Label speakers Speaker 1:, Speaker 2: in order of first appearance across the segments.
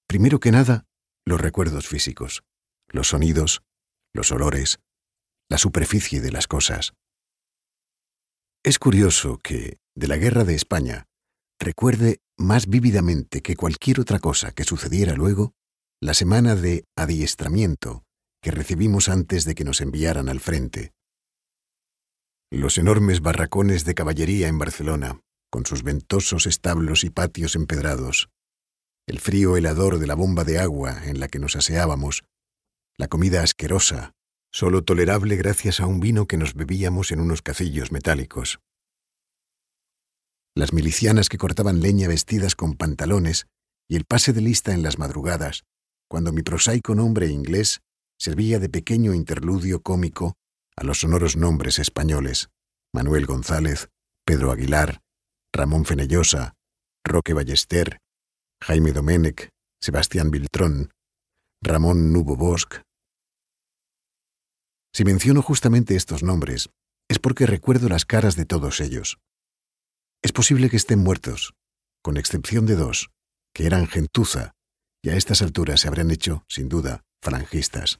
Speaker 1: Primero que nada, los recuerdos físicos, los sonidos, los olores, la superficie de las cosas. Es curioso que, de la Guerra de España, recuerde más vívidamente que cualquier otra cosa que sucediera luego la semana de adiestramiento que recibimos antes de que nos enviaran al frente. Los enormes barracones de caballería en Barcelona, con sus ventosos establos y patios empedrados, el frío helador de la bomba de agua en la que nos aseábamos, la comida asquerosa, solo tolerable gracias a un vino que nos bebíamos en unos cacillos metálicos. Las milicianas que cortaban leña vestidas con pantalones y el pase de lista en las madrugadas, cuando mi prosaico nombre inglés servía de pequeño interludio cómico a los sonoros nombres españoles: Manuel González, Pedro Aguilar, Ramón Fenellosa, Roque Ballester, Jaime Domènech, Sebastián Viltrón, Ramón Nubo Bosch. Si menciono justamente estos nombres, es porque recuerdo las caras de todos ellos. Es posible que estén muertos, con excepción de dos, que eran gentuza, y a estas alturas se habrían hecho, sin duda, falangistas.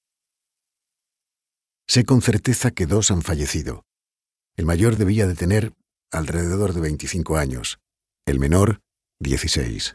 Speaker 1: Sé con certeza que dos han fallecido. El mayor debía de tener alrededor de 25 años, el menor, 16.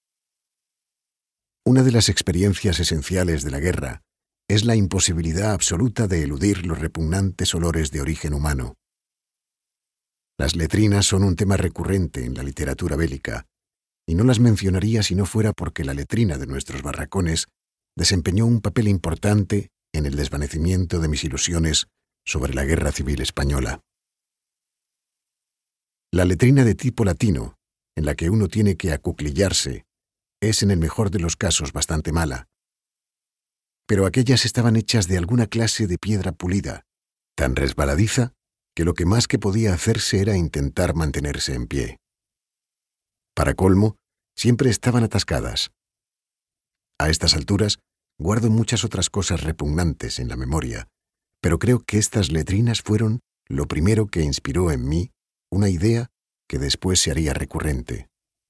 Speaker 1: Una de las experiencias esenciales de la guerra es la imposibilidad absoluta de eludir los repugnantes olores de origen humano. Las letrinas son un tema recurrente en la literatura bélica, y no las mencionaría si no fuera porque la letrina de nuestros barracones desempeñó un papel importante en el desvanecimiento de mis ilusiones sobre la Guerra Civil Española. La letrina de tipo latino, en la que uno tiene que acuclillarse, es en el mejor de los casos bastante mala. Pero aquellas estaban hechas de alguna clase de piedra pulida, tan resbaladiza que lo que más que podía hacerse era intentar mantenerse en pie. Para colmo, siempre estaban atascadas. A estas alturas, guardo muchas otras cosas repugnantes en la memoria, pero creo que estas letrinas fueron lo primero que inspiró en mí una idea que después se haría recurrente.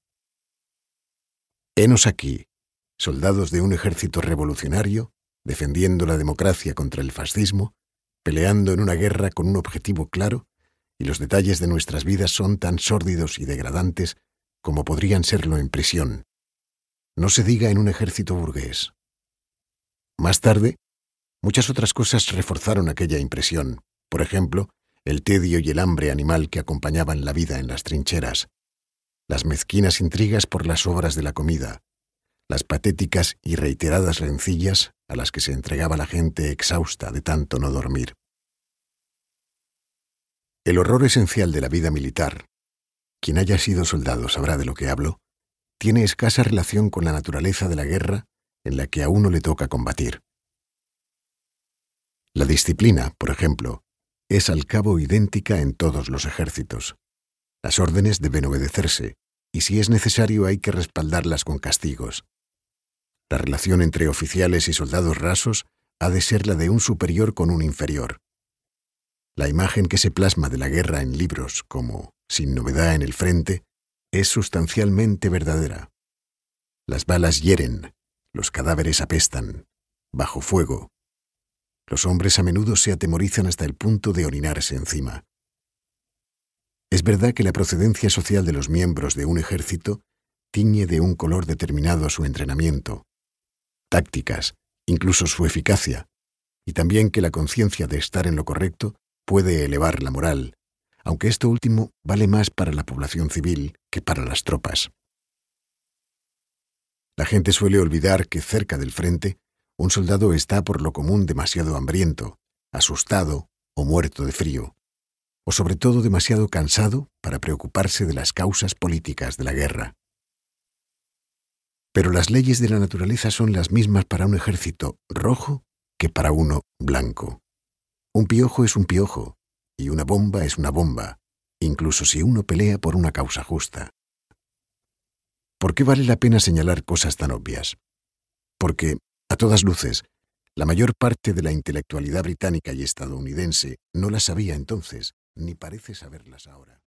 Speaker 1: Henos aquí, soldados de un ejército revolucionario, defendiendo la democracia contra el fascismo, peleando en una guerra con un objetivo claro, y los detalles de nuestras vidas son tan sórdidos y degradantes como podrían serlo en prisión. No se diga en un ejército burgués. Más tarde, muchas otras cosas reforzaron aquella impresión, por ejemplo, el tedio y el hambre animal que acompañaban la vida en las trincheras, las mezquinas intrigas por las obras de la comida, las patéticas y reiteradas rencillas a las que se entregaba la gente exhausta de tanto no dormir. El horror esencial de la vida militar, quien haya sido soldado sabrá de lo que hablo, tiene escasa relación con la naturaleza de la guerra en la que a uno le toca combatir. La disciplina, por ejemplo, es al cabo idéntica en todos los ejércitos. Las órdenes deben obedecerse, y si es necesario hay que respaldarlas con castigos. La relación entre oficiales y soldados rasos ha de ser la de un superior con un inferior. La imagen que se plasma de la guerra en libros como Sin novedad en el frente es sustancialmente verdadera. Las balas hieren, los cadáveres apestan, bajo fuego. Los hombres a menudo se atemorizan hasta el punto de orinarse encima. Es verdad que la procedencia social de los miembros de un ejército tiñe de un color determinado su entrenamiento, tácticas, incluso su eficacia, y también que la conciencia de estar en lo correcto puede elevar la moral, aunque esto último vale más para la población civil que para las tropas. La gente suele olvidar que cerca del frente un soldado está por lo común demasiado hambriento, asustado o muerto de frío, o sobre todo demasiado cansado para preocuparse de las causas políticas de la guerra. Pero las leyes de la naturaleza son las mismas para un ejército rojo que para uno blanco. Un piojo es un piojo, y una bomba es una bomba, incluso si uno pelea por una causa justa. ¿Por qué vale la pena señalar cosas tan obvias? Porque, a todas luces, la mayor parte de la intelectualidad británica y estadounidense no las sabía entonces, ni parece saberlas ahora.